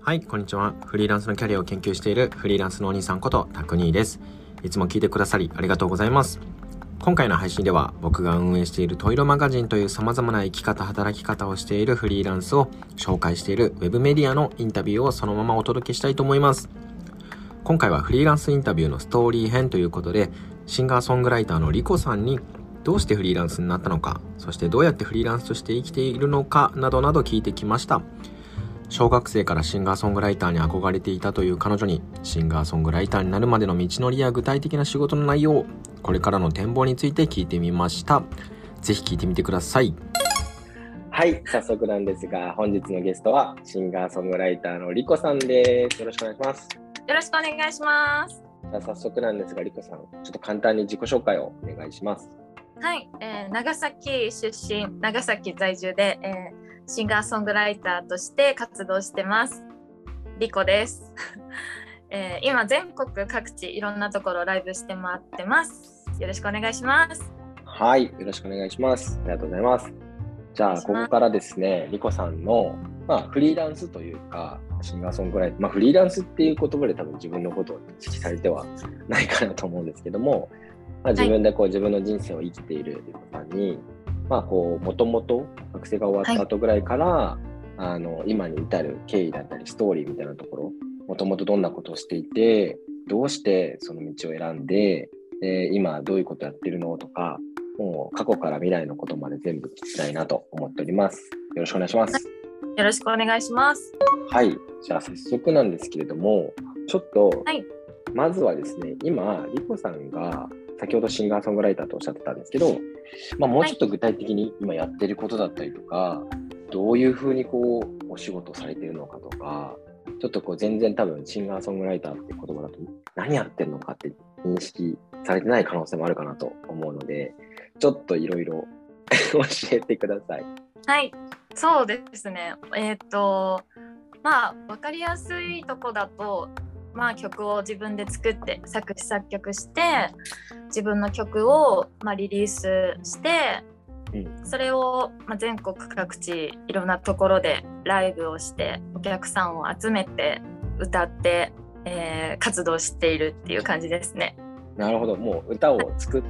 はい、こんにちは。フリーランスのキャリアを研究しているフリーランスのお兄さんことタクニーです。いつも聞いてくださりありがとうございます。今回の配信では僕が運営しているトイロマガジンという様々な生き方、働き方をしているフリーランスを紹介しているウェブメディアのインタビューをそのままお届けしたいと思います。今回はフリーランスインタビューのストーリー編ということで、シンガーソングライターのリコさんにどうしてフリーランスになったのか、そしてどうやってフリーランスとして生きているのかなどなど聞いてきました。小学生からシンガーソングライターに憧れていたという彼女に、シンガーソングライターになるまでの道のりや具体的な仕事の内容、これからの展望について聞いてみました。ぜひ聞いてみてください。 はい、早速なんですが、本日のゲストはシンガーソングライターのリコさんです。よろしくお願いします。 よろしくお願いします。 じゃあ早速なんですが、リコさん、ちょっと簡単に自己紹介をお願いします。 はい、長崎出身、長崎在住で、シンガーソングライターとして活動してます。リコです。今全国各地いろんなところライブして回ってます。よろしくお願いします。 はい、よろしくお願いします。ありがとうございます。じゃあここからですね、リコさんの、フリーランスというかシンガーソングライター、フリーランスっていう言葉で多分自分のことを認識されてはないかなと思うんですけども、自分で自分の人生を生きているリコさんに、もともと学生が終わった後ぐらいから、今に至る経緯だったりストーリーみたいなところ、もともとどんなことをしていて、どうしてその道を選んで、今どういうことやってるのとか、もう過去から未来のことまで全部聞きたいなと思っております。よろしくお願いします。 よろしくお願いします。 はい、じゃあ早速なんですけれども、ちょっと、まずはですね、今リコさんが先ほどシンガーソングライターとおっしゃってたんですけど、もうちょっと具体的に今やってることだったりとか、どういうふうにお仕事されてるのかとか、ちょっと全然多分シンガーソングライターっていう言葉だと何やってるのかって認識されてない可能性もあるかなと思うので、ちょっといろいろ教えてください。 はい、そうですね。分かりやすいとこだと、曲を自分で作って作詞作曲して自分の曲をリリースして、それを全国各地いろんなところでライブをしてお客さんを集めて歌って、活動しているっていう感じですね。 なるほど。もう歌を作って、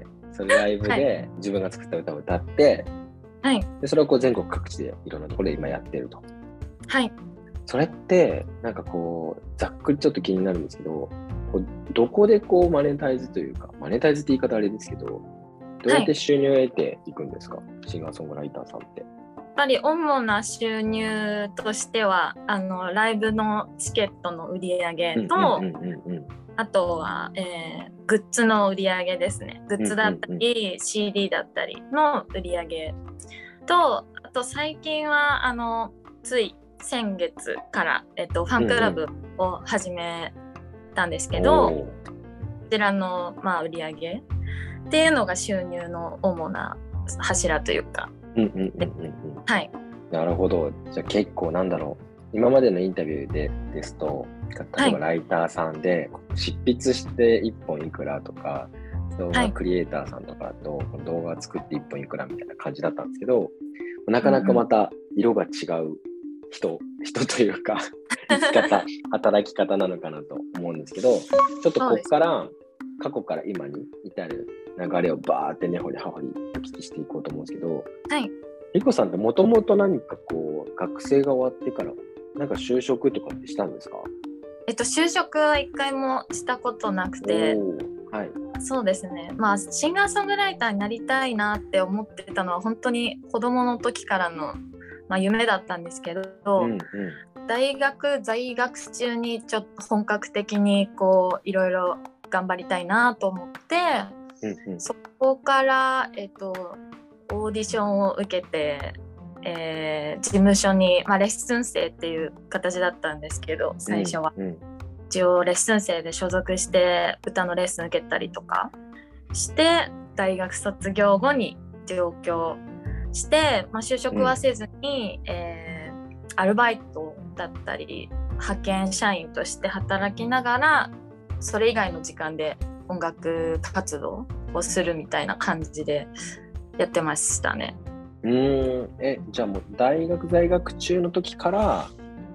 それライブで自分が作った歌を歌って、でそれを全国各地でいろんなところで今やってると。 はい。 それってざっくりちょっと気になるんですけど、どこでマネタイズというか、マネタイズって言い方あれですけど、どうやって収入を得ていくんですか、シンガーソングライターさんって。 やっぱり主な収入としてはライブのチケットの売り上げと、あとは、グッズの売り上げですね。グッズだったり、CD だったりの売り上げと、あと最近はつい先月から、ファンクラブを始めたんですけど、こちらの、売り上げっていうのが収入の主な柱というか。はい。 なるほど。じゃあ結構今までのインタビューですと、例えばライターさんで執筆して1本いくらとか、動画クリエイターさんとかと動画作って1本いくらみたいな感じだったんですけど、なかなかまた色が違う人というか生き方働き方なのかなと思うんですけど、ちょっとここから過去から今に至る流れをバーって根掘り葉掘りお聞きしていこうと思うんですけど、リコさんってもともと何か学生が終わってから就職とかってしたんですか？ 就職は一回もしたことなくて、そうですね。シンガーソングライターになりたいなって思ってたのは本当に子供の時からの夢だったんですけど、大学在学中にちょっと本格的にいろいろ頑張りたいなと思って、そこから、オーディションを受けて、事務所に、レッスン生っていう形だったんですけど、最初は、一応レッスン生で所属して歌のレッスン受けたりとかして大学卒業後に上京して、就職はせずに、アルバイトだったり派遣社員として働きながらそれ以外の時間で音楽活動をするみたいな感じでやってましたね。 じゃあもう大学在学中の時から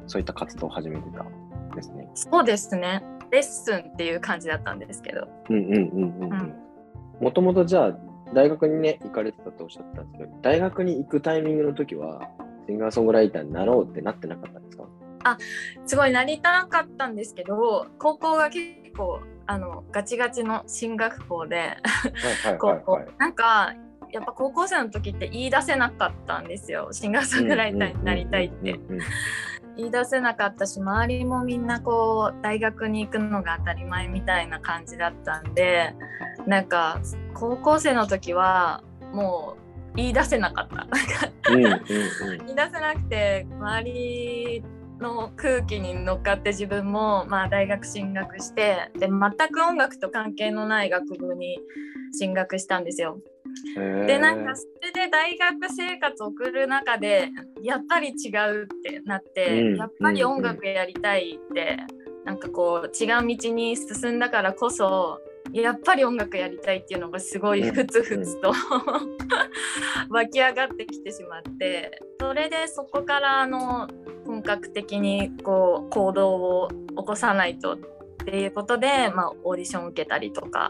そういった活動を始めてたんですね。 そうですね。レッスンっていう感じだったんですけど。 もともとじゃあ大学にね行かれてたとおっしゃったんですけど、大学に行くタイミングの時はシンガーソングライターになろうってなってなかったんですか？ すごいなりたかったんですけど、高校が結構ガチガチの進学校でなんかやっぱ高校生の時って言い出せなかったんですよ。シンガーソングライターになりたいって言い出せなかったし、周りもみんなこう大学に行くのが当たり前みたいな感じだったんで、なんか高校生の時はもう言い出せなかった言い出せなくて、周りの空気に乗っかって自分も大学進学して、で全く音楽と関係のない学部に進学したんですよ。でなんかそれで大学生活を送る中でやっぱり違うってなって、やっぱり音楽やりたいってなんかこう違う道に進んだからこそ、やっぱり音楽やりたいっていうのがすごいふつふつと湧き上がってきてしまって、それでそこから本格的にこう行動を起こさないとっていうことで、オーディションを受けたりとか、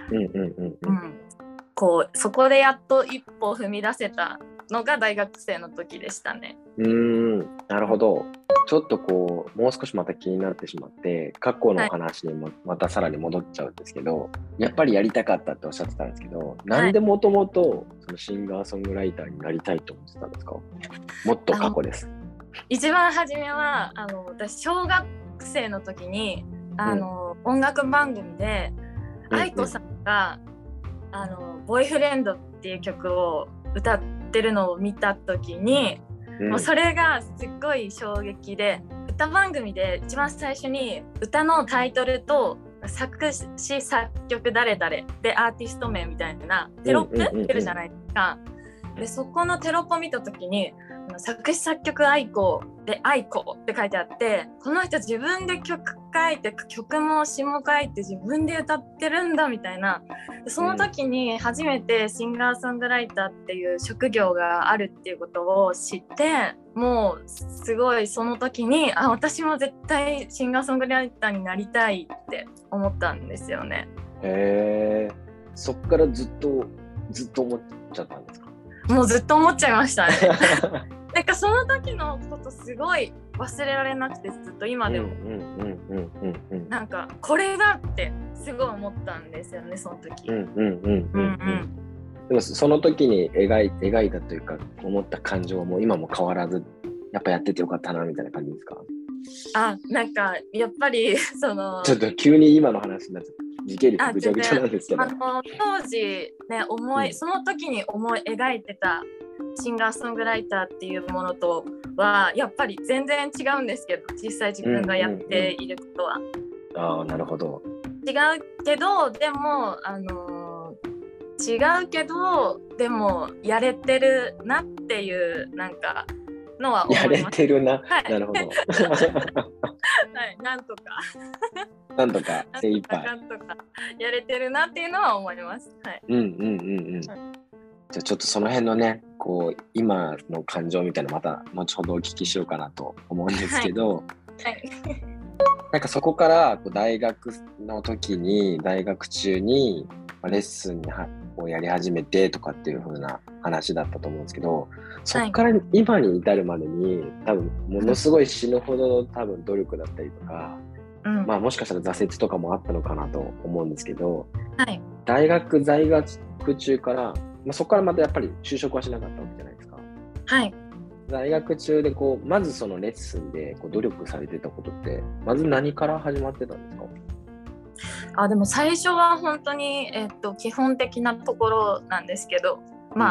こうそこでやっと一歩踏み出せたのが大学生の時でしたね。 なるほど。ちょっとこうもう少しまた気になってしまって過去の話にもまたさらに戻っちゃうんですけど、やっぱりやりたかったっておっしゃってたんですけど、なんでもともとシンガーソングライターになりたいと思ってたんですか？もっと過去です。 一番初めは私小学生の時に音楽番組で愛子さんがボーイフレンドっていう曲を歌ってるのを見た時に、もうそれがすっごい衝撃で、歌番組で一番最初に歌のタイトルと作詞作曲誰々でアーティスト名みたいなテロップ出るじゃないですか。でそこのテロップ見た時に作詞作曲愛子で愛子って書いてあって、この人自分で曲書いて曲も詞も書いて自分で歌ってるんだみたいな、その時に初めてシンガーソングライターっていう職業があるっていうことを知って、もうすごいその時に私も絶対シンガーソングライターになりたいって思ったんですよね。 そっからずっと思っちゃったんですか？ もうずっと思っちゃいましたねなんかその時のことすごい忘れられなくて、ずっと今でもなんかこれだってすごい思ったんですよね、その時。でもその時に描いたというか思った感情はもう今も変わらず、やっぱやっててよかったなみたいな感じですか？ なんかやっぱりちょっと急に今の話になっちゃった。時系列ぐちゃぐちゃなんですけど、 当時ねその時に思い描いてたシンガーソングライターっていうものとはやっぱり全然違うんですけど、実際自分がやっていることは、 なるほど。 違うけどでもでもやれてるなっていうなんかのは思います。 やれてるな、なるほどなんとか精一杯なんとかやれてるなっていうのは思います。 じゃあちょっとその辺のね、こう今の感情みたいなのまた後ほどお聞きしようかなと思うんですけど、なんかそこから大学の時に大学中にレッスンをやり始めてとかっていう風な話だったと思うんですけど、そこから今に至るまでに多分ものすごい死ぬほどの多分努力だったりとか、もしかしたら挫折とかもあったのかなと思うんですけど、大学在学中から、そこからまたやっぱり就職はしなかったわけじゃないですか。在学中でまずそのレッスンで努力されてたことってまず何から始まってたんですか？ でも最初は本当に、基本的なところなんですけど、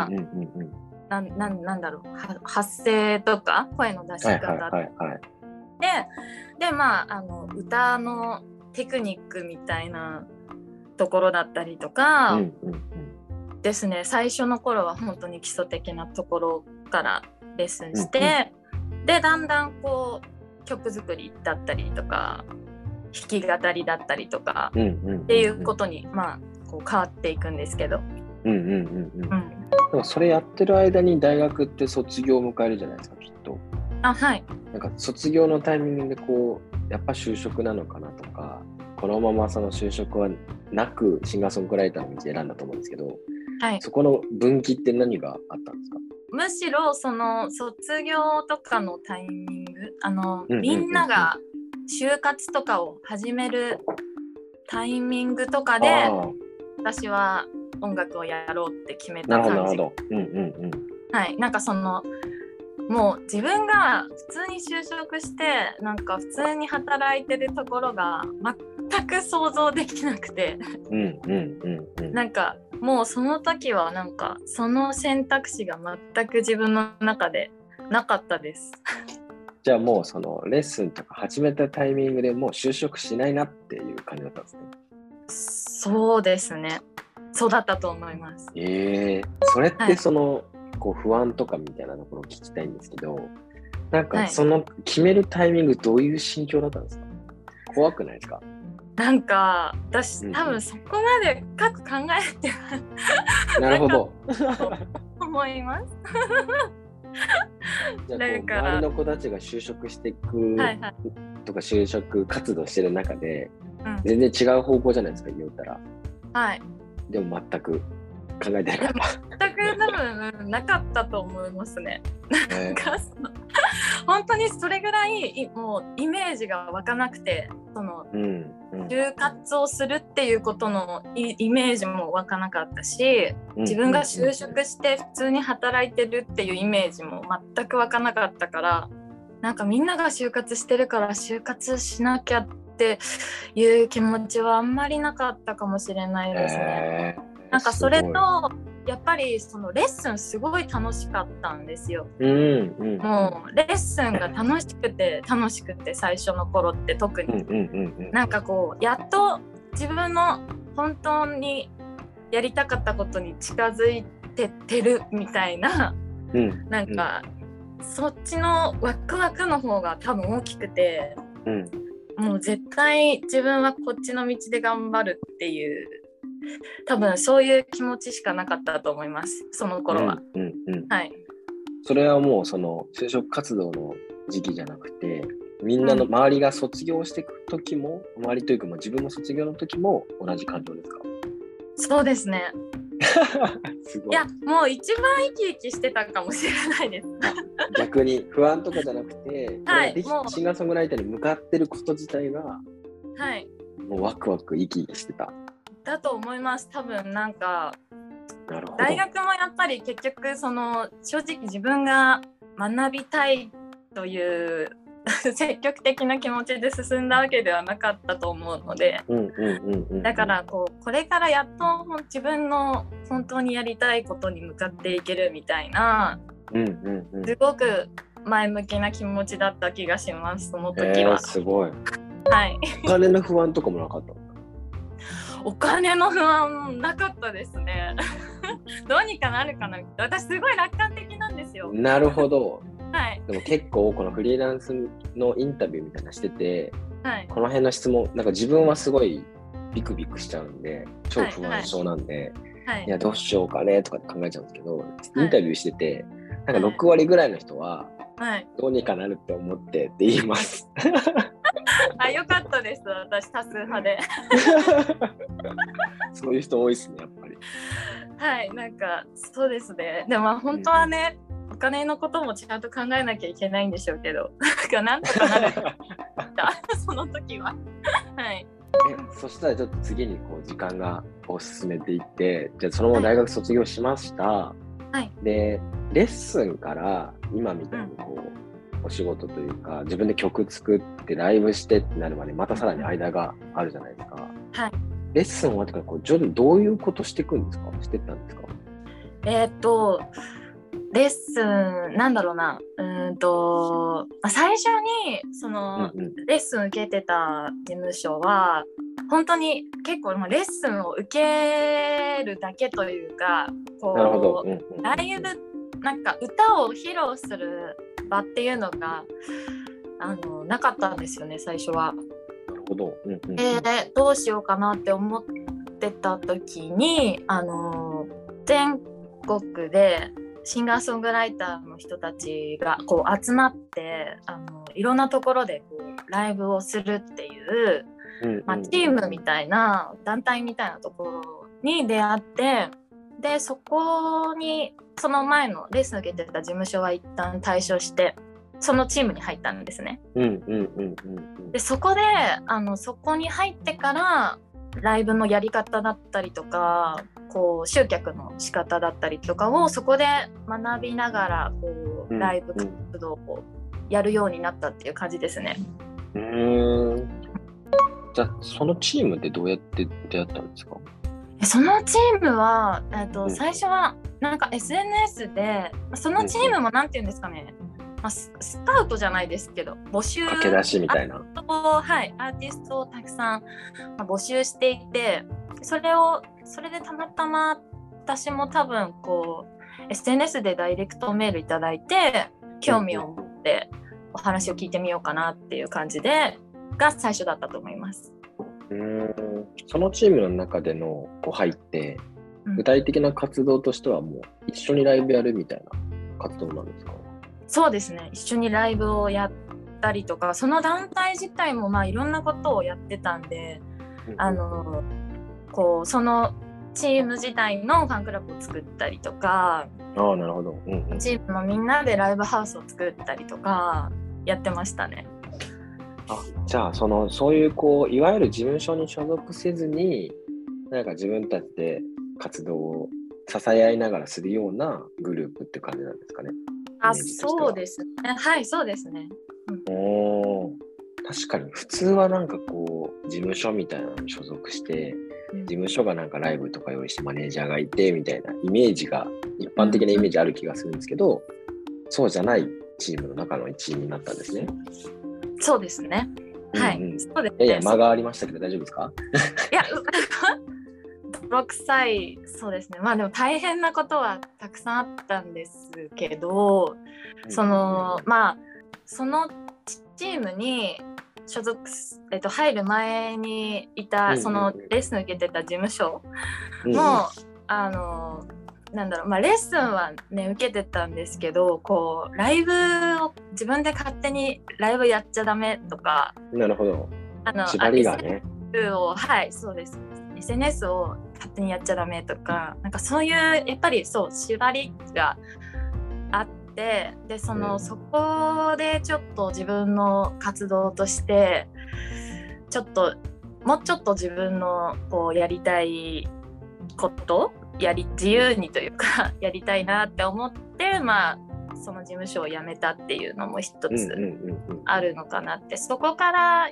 なんだろう、発声とか声の出し方で歌のテクニックみたいなところだったりとかですね、最初の頃は本当に基礎的なところからレッスンして、でだんだん曲作りだったりとか弾き語りだったりとかっていうことに変わっていくんですけど、 でもそれやってる間に大学って卒業を迎えるじゃないですか、きっと。 はい。 なんか卒業のタイミングでこうやっぱ就職なのかなとか、このままその就職はなくシンガーソングライターの道選んだと思うんですけど、 はい、 そこの分岐って何があったんですか？ むしろその卒業とかのタイミング、みんなが就活とかを始めるタイミングとかで私は音楽をやろうって決めた感じ。 なるほど。 はい、なんかそのもう自分が普通に就職してなんか普通に働いてるところが全く想像できなくて、なんかもうその時はなんかその選択肢が全く自分の中でなかったです。 じゃあもうそのレッスンとか始めたタイミングでもう就職しないなっていう感じだったんですね。 そうですね。そうだったと思います。 それってその、こう不安とかみたいなところを聞きたいんですけど、なんかその決めるタイミングどういう心境だったんですか？怖くないですか？ なんか私、多分そこまで深く考えてなるほど思いますじゃあこう周りの子たちが就職していくとか就職活動してる中で、全然違う方向じゃないですか、言ったら。 はい。 でも全く考えてなかった。 全く多分なかったと思いますね。なんか本当にそれぐらいもうイメージが湧かなくて、その、就活をするっていうことのイメージも湧かなかったし、自分が就職して普通に働いてるっていうイメージも全く湧かなかったから、なんかみんなが就活してるから就活しなきゃっていう気持ちはあんまりなかったかもしれないですね。なんかそれとやっぱりそのレッスンすごい楽しかったんですよ。もうレッスンが楽しくて最初の頃って特に、なんかこうやっと自分の本当にやりたかったことに近づいてってるみたいな、なんかそっちのワクワクの方が多分大きくて、もう絶対自分はこっちの道で頑張るっていう多分そういう気持ちしかなかったと思います、その頃は。はい。 それはもうその就職活動の時期じゃなくて、みんなの周りが卒業していく時も、周りというか自分も卒業の時も同じ感情ですか？ そうですね。 すごい。 いや、もう一番生き生きしてたかもしれないです。 逆に不安とかじゃなくて、シンガーソングライターに向かってること自体が、もうワクワク生き生きしてた。 だと思います。多分なんか大学もやっぱり結局その正直自分が学びたいという積極的な気持ちで進んだわけではなかったと思うので、だからこれからやっと自分の本当にやりたいことに向かっていけるみたいな、すごく前向きな気持ちだった気がします、その時は。 すごい。 はい。 お金の不安とかもなかった？ お金の不安なかったですね。どうにかなるかな。私すごい楽観的なんですよ。 なるほど。 はい。 でも結構このフリーランスのインタビューみたいなしてて、この辺の質問なんか自分はすごいビクビクしちゃうんで、超不安症なんで、いやどうしようかねとか考えちゃうんですけど、インタビューしててなんか6割ぐらいの人は、どうにかなるって思ってって言います。 あ、よかったです。私多数派で。 そういう人多いですね、やっぱり。 はい、なんかそうですね。でも本当はね、お金のこともちゃんと考えなきゃいけないんでしょうけど、なんとかなるその時は。はい。 そしたらちょっと次にこう時間が進めていって、じゃあそのまま大学卒業しました。で、レッスンから今みたいにこう、お仕事というか自分で曲作ってライブしてってなるまでまたさらに間があるじゃないですか。レッスン終わってから徐々にどういうことしていくんですか？してったんですか？ レッスンなんだろうな、最初にその、レッスン受けてた事務所は本当に結構レッスンを受けるだけというか、こうライブなんか歌を披露する場っていうのがなかったんですよね、最初は。 なるほど。 どうしようかなって思ってた時に全国でシンガーソングライターの人たちがこう集まっていろんなところでこうライブをするっていう、チームみたいな団体みたいなところに出会って、でそこにその前のレッスン受けてた事務所は一旦退所してそのチームに入ったんですね。でそこでそこに入ってからライブのやり方だったりとかこう集客の仕方だったりとかをそこで学びながらこうライブ活動をやるようになったっていう感じですね。 じゃあそのチームでどうやって出会ったんですか？ そのチームは、最初はなんか SNS でそのチームもなんていうんですかね、スカウトじゃないですけど募集駆け出しみたいなはい、アーティストをたくさん、募集していて、それでたまたま私も多分こう SNS でダイレクトメールいただいて興味を持ってお話を聞いてみようかなっていう感じでが最初だったと思います。 そのチームの中でのこう入って具体的な活動としてはもう一緒にライブやるみたいな活動なんですか？ そうですね、一緒にライブをやったりとか、その団体自体もいろんなことをやってたんで、こうそのチーム自体のファンクラブを作ったりとか、 なるほど、 チームのみんなでライブハウスを作ったりとかやってましたね。 じゃあそういうこういわゆる事務所に所属せずになんか自分たちで活動を支え合いながらするようなグループって感じなんですかね？ そうですね。はい、そうですね。 確かに普通はなんかこう事務所みたいなのに所属して、事務所がなんかライブとか用意してマネージャーがいてみたいなイメージが一般的なイメージある気がするんですけど、そうじゃないチームの中の一員になったんですね。 そうですね。はい。そうですね。 間がありましたけど大丈夫ですか？ いや、泥臭い、そうですね。でも大変なことはたくさんあったんですけど、そのチームに所属、入る前にいた、そのレッスン受けてた事務所も、なんだろう、レッスンはね受けてたんですけど、こうライブを自分で勝手にライブやっちゃダメとか、 なるほど、縛りがね、 はいそうです、SNS を勝手にやっちゃダメとか、なんかそういうやっぱりそう縛りがあって、でそこでちょっと自分の活動としてもうちょっと自分のこうやりたいこと自由にというかやりたいなって思って、その事務所を辞めたっていうのも一つあるのかなって、そこから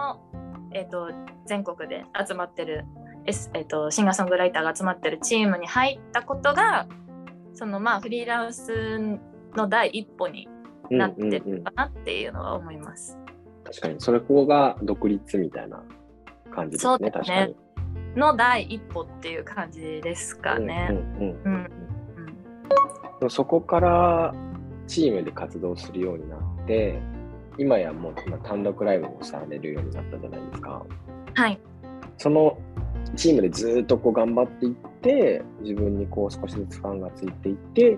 全国で集まってる、シンガーソングライターが集まってるチームに入ったことがフリーランスの第一歩になってるかなっていうのは思います。 確かにそこが独立みたいな感じですね。 そうですね、 確かにの第一歩っていう感じですかね。 そこからチームで活動するようになって、今やもう単独ライブもされるようになったじゃないですか。 はい。 そのチームでずっとこう頑張っていって、自分にこう少しずつファンがついていって、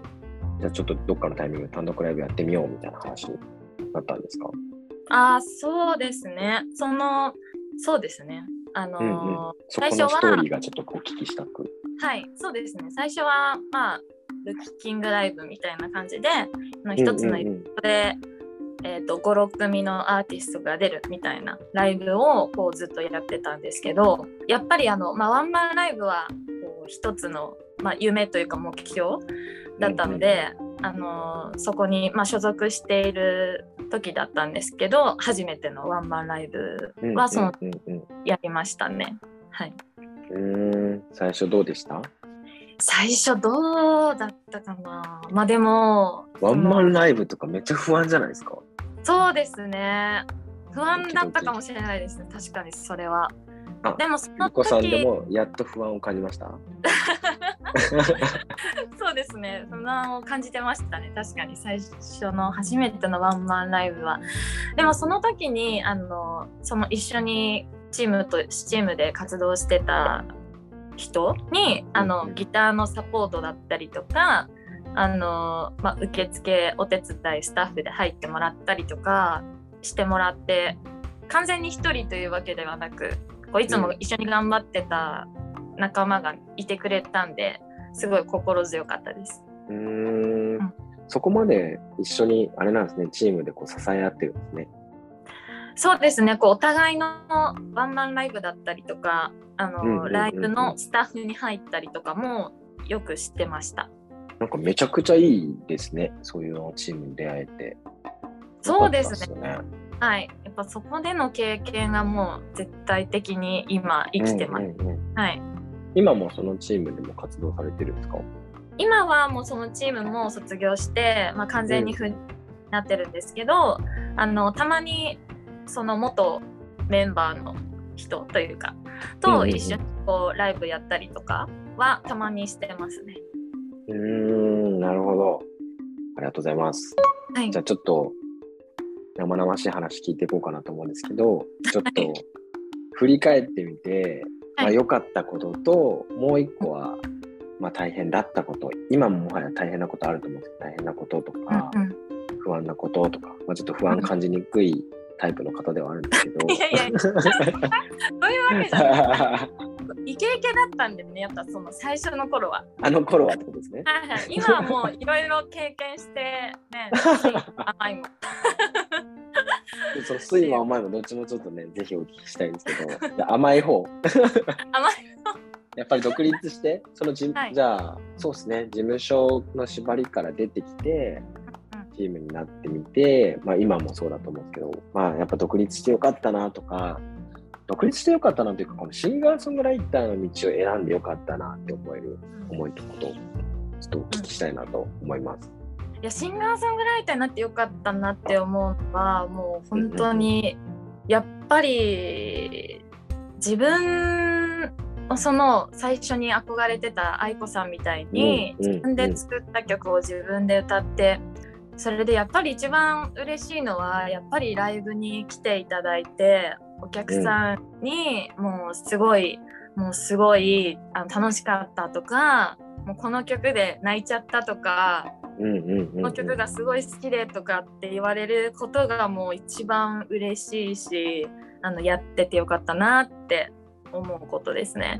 じゃあちょっとどっかのタイミングで単独ライブやってみようみたいな話になったんですか？ そうですね。そうですね。 最初はそこのストーリーがちょっとお聞きしたく。 はい、そうですね。最初はルッキングライブみたいな感じで、一つのイベントで、5、6組のアーティストが出るみたいなライブをこうずっとやってたんですけど、やっぱりワンマンライブはこう一つの、夢というか目標だったので、そこに、所属している時だったんですけど、初めてのワンマンライブはやりましたね。はい。 最初どうでした？ 最初どうだったかな。でもワンマンライブとかめっちゃ不安じゃないですか？ そうですね、不安だったかもしれないですね。確かにそれは。でもその時、リコさんでもやっと不安を感じました？ そうですね、不安を感じてましたね。確かに最初の初めてのワンマンライブは。でもその時にその一緒にチームで活動してた人にギターのサポートだったりとか、 受付お手伝いスタッフで入ってもらったりとかしてもらって、完全に一人というわけではなく、こういつも一緒に頑張ってた仲間がいてくれたんで、すごい心強かったです。 そこまで一緒にあれなんですね、チームでこう支え合ってるんですね。 そうですね、こうお互いのワンマンライブだったりとか、ライブのスタッフに入ったりとかもよくしてました。 なんかめちゃくちゃいいですね、そういうのチームに出会えて。 そうですね。はい、やっぱそこでの経験がもう絶対的に今生きてます。はい。 今もそのチームでも活動されてるんですか？ 今はもうそのチームも卒業して、完全にになってるんですけど、たまにその元メンバーの人というかと一緒にこうライブやったりとかはたまにしてますね。 なるほど。ありがとうございます。はい、じゃあちょっと生々しい話聞いていこうかなと思うんですけど、ちょっと振り返ってみて、良かったことと、もう一個は、大変だったこと、今ももはや大変なことあると思うんですけど、大変なこととか、不安なこととか、ちょっと不安感じにくいタイプの方ではあるんですけど。 いやいや、そういうわけじゃない。イケイケだったんでね、やっぱその最初の頃は。 あの頃はってことですね。 今はもういろいろ経験してね、甘いもん。 その酸いも甘いもどっちもちょっとね、ぜひお聞きしたいんですけど、甘い方。 甘い方。 やっぱり独立して、じゃあ、そうですね、事務所の縛りから出てきて、チームになってみて、今もそうだと思うんですけど、やっぱ独立してよかったなとか、独立してよかったなというか、このシンガーソングライターの道を選んでよかったなって思える思いということをちょっとお聞きしたいなと思います。 いや、シンガーソングライターになってよかったなって思うのは、もう本当にやっぱり自分その最初に憧れてた愛子さんみたいに自分で作った曲を自分で歌って、それでやっぱり一番嬉しいのはやっぱりライブに来ていただいて、お客さんにもうすごい楽しかったとか、もうこの曲で泣いちゃったとか、この曲がすごい好きでとかって言われることがもう一番嬉しいし、やっててよかったなって思うことですね。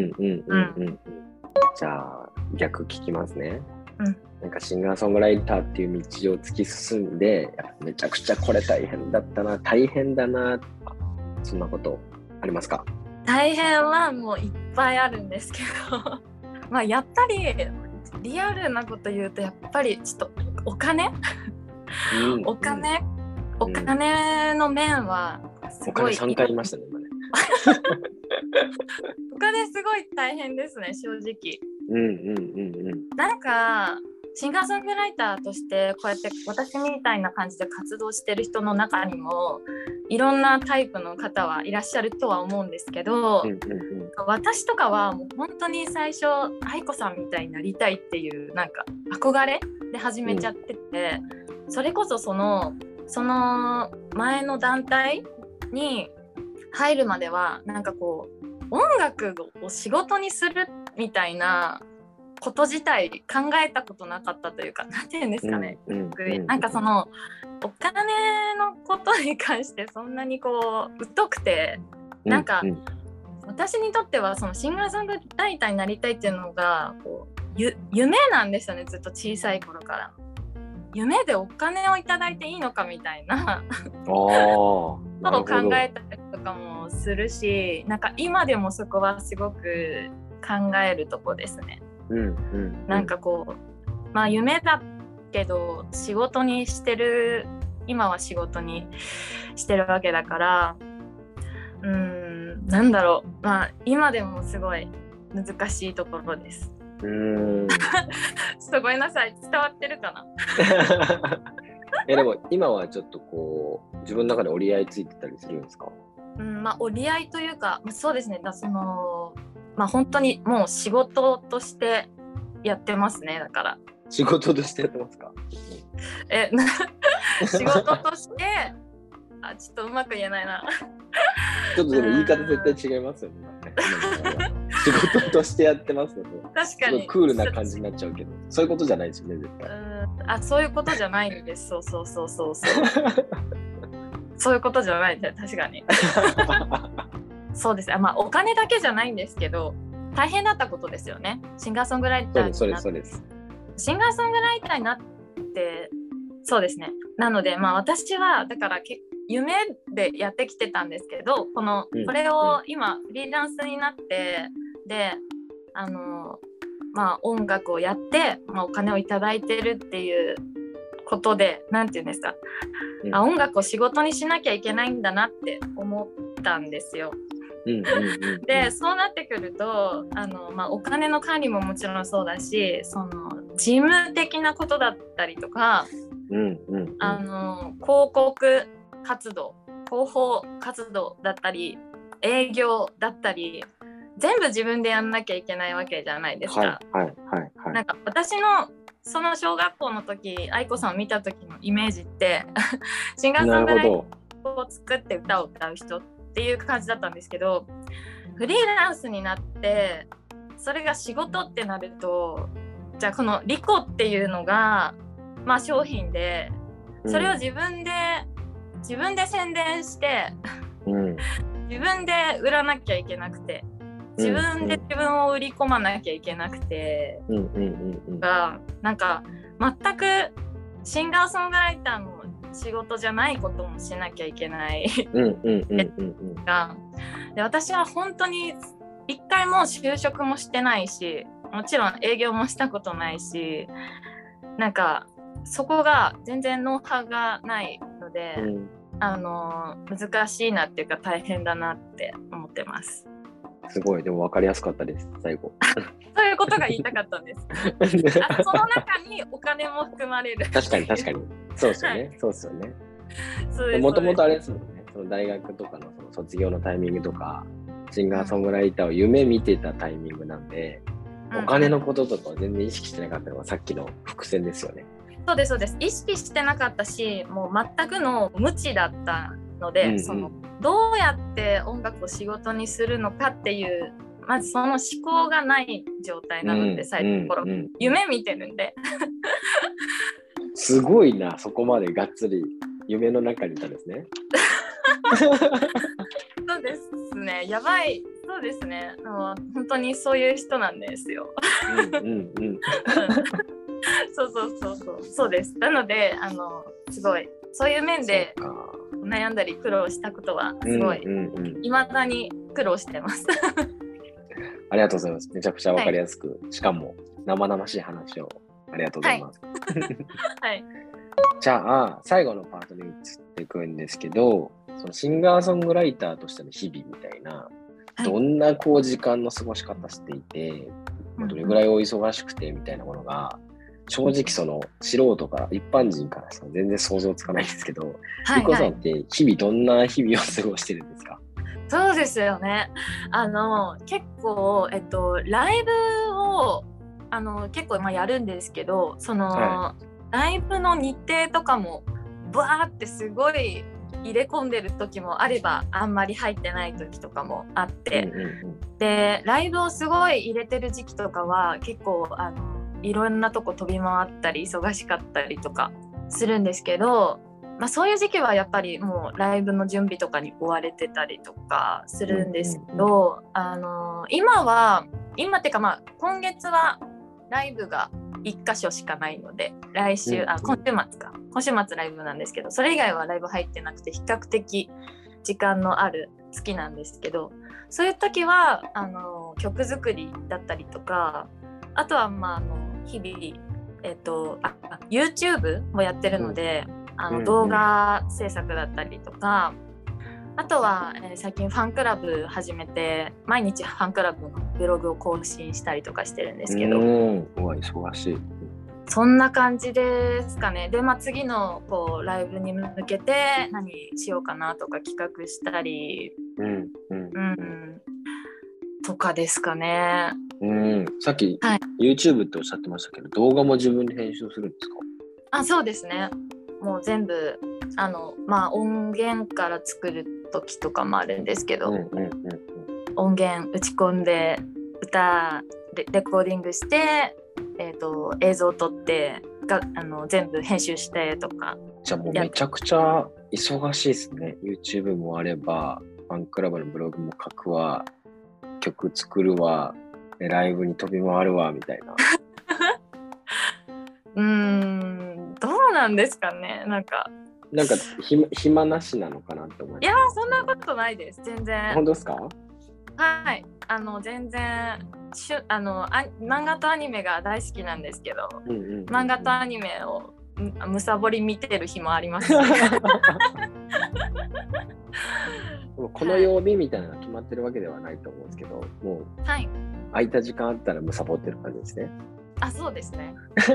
じゃあ逆聞きますね。なんかシンガーソングライターっていう道を突き進んで、めちゃくちゃこれ大変だったな、大変だなとか、そんなことありますか？ 大変はもういっぱいあるんですけどやっぱりリアルなこと言うと、やっぱりちょっとお金お金の面はすごい。 お金3回言いましたね今ね。 お金すごい大変ですね、正直。なんかシンガーソングライターとしてこうやって私みたいな感じで活動してる人の中にもいろんなタイプの方はいらっしゃるとは思うんですけど、私とかはもう本当に最初愛子さんみたいになりたいっていうなんか憧れで始めちゃってて、それこそその前の団体に入るまではなんかこう音楽を仕事にするみたいなこと自体考えたことなかったというか、なんていうんですかね、なんかそのお金のことに関してそんなにこう疎くて、なんか私にとってはそのシンガーソングライターになりたいっていうのがこう夢なんですよね。ずっと小さい頃から夢でお金をいただいていいのかみたいなことを考えたりとかもするし、なんか今でもそこはすごく考えるとこですね。なんかこう夢だけど仕事にしてる、今は仕事にしてるわけだから、なんだろう、今でもすごい難しいところです。ちょっとごめんなさい、伝わってるかな。 でも今はちょっとこう自分の中で折り合いついてたりするんですか？ 折り合いというか、そうですね。本当にもう仕事としてやってますね。だから仕事としてやってますか？ 仕事としてちょっとうまく言えないな。 ちょっとでも言い方絶対違いますよね。仕仕事としてやってますので、 確かにすごいクールな感じになっちゃうけど、そういうことじゃないですよね、絶対。 そういうことじゃないんです。そうそういうことじゃないんで、確かにそうです。まあお金だけじゃないんですけど、大変だったことですよね。シンガーソングライターになって、 そうです。 シンガーソングライターになってそうですね。なのでまあ私はだから夢でやってきてたんですけど、これを今フリーランスになってでまあ音楽をやって、まあ、お金をいただいてるっていうことで、なんていうんですか、音楽を仕事にしなきゃいけないんだなって思ったんですよ。でそうなってくるとまあ、お金の管理ももちろんそうだし、その事務的なことだったりとか、広告活動、広報活動だったり営業だったり全部自分でやんなきゃいけないわけじゃないですか。なんか私のその小学校の時、愛子さんを見た時のイメージってシンガーソングライターを作って歌を歌う人っていう感じだったんですけど、フリーランスになってそれが仕事ってなると、じゃあこのリコっていうのが、まあ、商品でそれを自分で宣伝して、自分で売らなきゃいけなくて、自分で自分を売り込まなきゃいけなくて、なんか全くシンガーソングライターの仕事じゃないこともしなきゃいけないで、私は本当に一回も就職もしてないし、もちろん営業もしたことないし、なんかそこが全然ノウハウがないので、難しいなっていうか大変だなって思ってます。 すごい、でも分かりやすかったです、最後。 そういうことが言いたかったんです。その中にお金も含まれる。 確かに。そうですよね。そうですよね。もともとあれですもんね。その大学とかのその卒業のタイミングとか、シンガーソングライターを夢見てたタイミングなんで、お金のこととかは全然意識してなかったのがさっきの伏線ですよね。 そうです。意識してなかったし、もう全くの無知だったので、そのどうやって音楽を仕事にするのかっていうまずその思考がない状態なので、最初から夢見てるんで。 すごいな、そこまでがっつり夢の中にいたんですね。 そうですね、やばい。そうですね、本当にそういう人なんですよ。そうです。なのですごいそういう面で悩んだり苦労したことはすごい、未だに苦労してます。 ありがとうございます。めちゃくちゃわかりやすく、しかも生々しい話をありがとうございます。じゃあ最後のパートに移っていくんですけど、そのシンガーソングライターとしての日々みたいな、どんな時間の過ごし方していて、どれぐらいお忙しくてみたいなものが、正直その素人から一般人からしたら全然想像つかないんですけど、リコさんって日々どんな日々を過ごしてるんですか？ そうですよね。結構、ライブを結構やるんですけど、その、ライブの日程とかもバーってすごい入れ込んでる時もあれば、あんまり入ってない時とかもあって、でライブをすごい入れてる時期とかは結構いろんなとこ飛び回ったり忙しかったりとかするんですけど、そういう時期はやっぱりもうライブの準備とかに追われてたりとかするんですけど、今っていうか今月はライブが1箇所しかないので、今週末ライブなんですけど、それ以外はライブ入ってなくて比較的時間のある月なんですけど、そういう時は曲作りだったりとか、あとは日々、YouTube もやってるので、動画制作だったりとか、あとは、最近ファンクラブ始めて毎日ファンクラブのブログを更新したりとかしてるんですけど、 忙しい。 そんな感じですかね。で、次のライブに向けて何しようかなとか企画したり、とかですかね。 さっき、YouTube っておっしゃってましたけど、動画も自分で編集するんですか？ そうですね。もう全部音源から作る時とかもあるんですけど、音源打ち込んで歌レコーディングして、映像を撮って全部編集してとか。 じゃあもうめちゃくちゃ忙しいですね。YouTube もあれば、ファンクラブのブログも書くわ、曲作るわ、ライブに飛び回るわみたいな。 どうなんですかね。なんか暇なしなのかなって思います。 いやそんなことないです。全然。 本当ですか？ はい。全然漫画とアニメが大好きなんですけど、漫画とアニメをむさぼり見てる日もあります、ね。 この曜日みたいなのが決まってるわけではないと思うんですけど、もう空いた時間あったらむさぼってる感じですね。 あ、そうですね。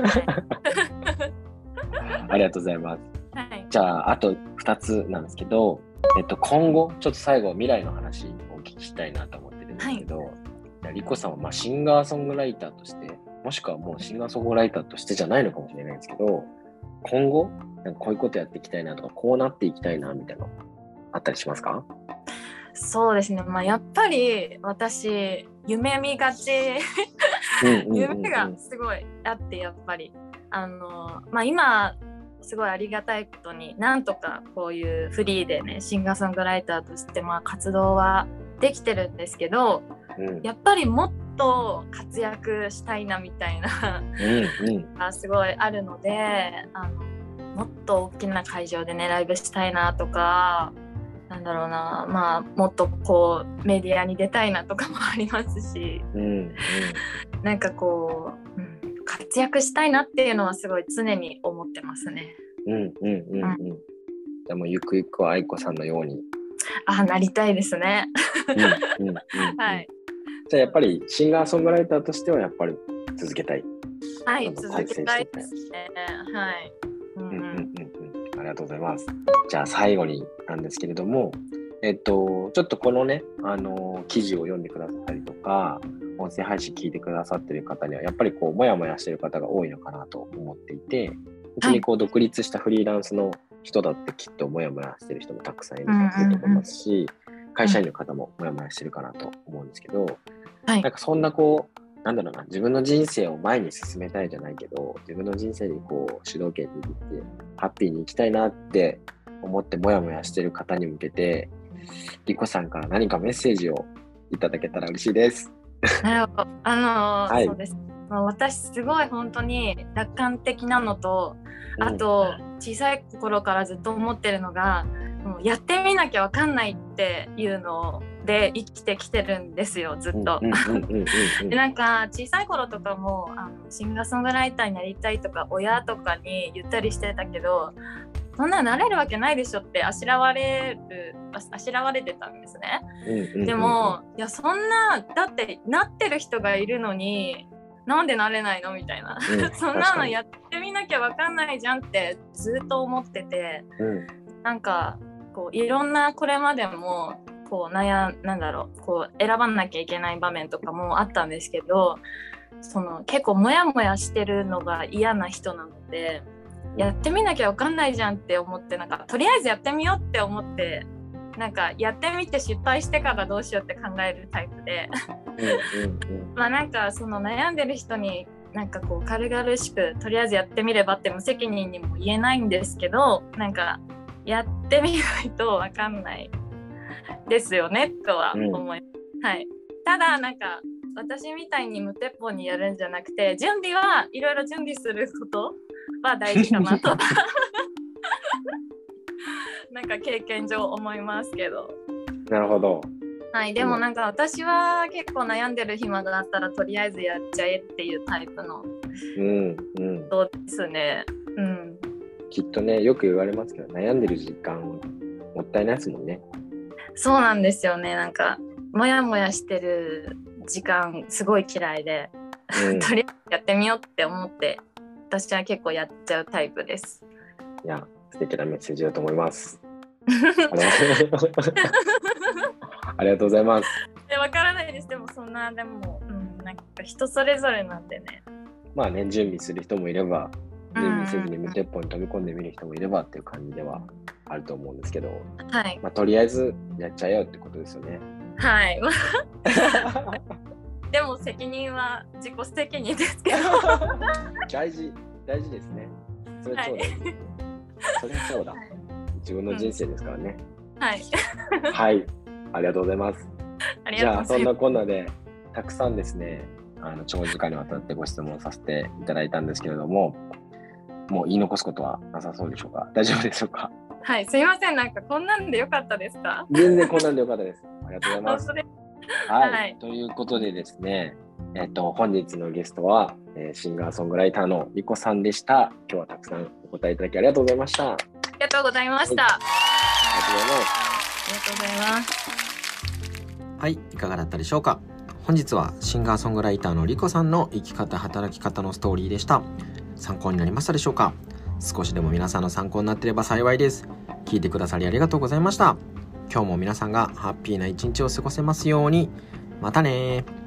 ありがとうございます。 はい、 じゃああと2つなんですけど、今後ちょっと最後未来の話をお聞きしたいなと思ってるんですけど、リコさんはシンガーソングライターとして、もしくはもうシンガーソングライターとしてじゃないのかもしれないんですけど、今後こういうことやっていきたいなとか、こうなっていきたいなみたいなのあったりしますか？ そうですね、やっぱり私夢見がち夢がすごいあって、やっぱり今すごいありがたいことになんとかこういうフリーでねシンガーソングライターとして活動はできてるんですけど、やっぱりもっと活躍したいなみたいなすごいあるので、もっと大きな会場でねライブしたいなとか、なんだろうな、もっとこうメディアに出たいなとかもありますし、なんかこう、活躍したいなっていうのはすごい常に思ってますね。 でもゆくゆくは愛子さんのようになりたいですね。はい。 じゃあやっぱりシンガーソングライターとしてはやっぱり続けたい。 はい、続けたいですね。はい。 ありがとうございます。じゃあ最後になんですけれども、ちょっとこのね、記事を読んでくださったりとか、音声配信聞いてくださっている方にはやっぱりこうモヤモヤしている方が多いのかなと思っていて、本当にこう独立したフリーランスの人だってきっとモヤモヤしている人もたくさんいると思いますし、会社員の方もモヤモヤしてるかなと思うんですけど、なんかそんなこうなんだろうな、自分の人生を前に進めたいじゃないけど、自分の人生にこう主導権握ってハッピーに生きたいなって思ってモヤモヤしてる方に向けて、リコさんから何かメッセージをいただけたら嬉しいです。 なるほど。そうです。私すごい本当に楽観的なのと、あと小さい頃からずっと思ってるのが、もうやってみなきゃわかんないっていうので生きてきてるんですよ、ずっと。でなんか小さい頃とかもシンガーソングライターになりたいとか親とかに言ったりしてたけど、そんななれるわけないでしょってあしらわれてたんですね。でもいや、そんなだってなってる人がいるのになんでなれないのみたいなそんなのやってみなきゃわかんないじゃんってずっと思ってて、なんかこういろんなこれまでもこうこう選ばなきゃいけない場面とかもあったんですけど、結構モヤモヤしてるのが嫌な人なので、やってみなきゃ分かんないじゃんって思って、なんかとりあえずやってみようって思って、なんかやってみて失敗してからどうしようって考えるタイプでなんか悩んでる人になんかこう軽々しくとりあえずやってみればって無責任にも言えないんですけど、なんかやってみないと分かんないですよねとは思います。はい。ただなんか私みたいに無鉄砲にやるんじゃなくて、準備はいろいろ準備することは大事かなとなんか経験上思いますけど。 なるほど。 はい。でもなんか私は結構悩んでる暇があったらとりあえずやっちゃえっていうタイプのそうですね。 きっとね、よく言われますけど、悩んでる時間もったいないですもんね。 そうなんですよね。なんかモヤモヤしてる時間すごい嫌いで、とりあえずやってみようって思って私は結構やっちゃうタイプです。 いや、素敵なメッセージだと思いますありがとうございます。 わからないです。でもそんなでも、なんか人それぞれなんでね。 まあね、準備する人もいれば準備せずに無鉄砲に飛び込んでみる人もいればっていう感じではあると思うんですけど、 はい。 とりあえずやっちゃえよってことですよね。 はいでも責任は自己責任ですけど大事ですね。それそうだ、それそうだ、自分の人生ですからね。 はいはい、ありがとうございます。じゃあそんなこんなでたくさんですね、長時間にわたってご質問させていただいたんですけれども、もう言い残すことはなさそうでしょうか。大丈夫でしょうか。 はい、すいません、なんかこんなんでよかったですか。 全然こんなんでよかったです。ありがとうございます。はい、 はい、 ということでですね、本日のゲストは、シンガーソングライターのりこさんでした。今日はたくさんお答えいただきありがとうございました。 ありがとうございました。 はい、ありがとうございます。 はい、いかがだったでしょうか。本日はシンガーソングライターのりこさんの生き方働き方のストーリーでした。参考になりましたでしょうか。少しでも皆さんの参考になっていれば幸いです。聞いてくださりありがとうございました。今日も皆さんがハッピーな一日を過ごせますように。またね。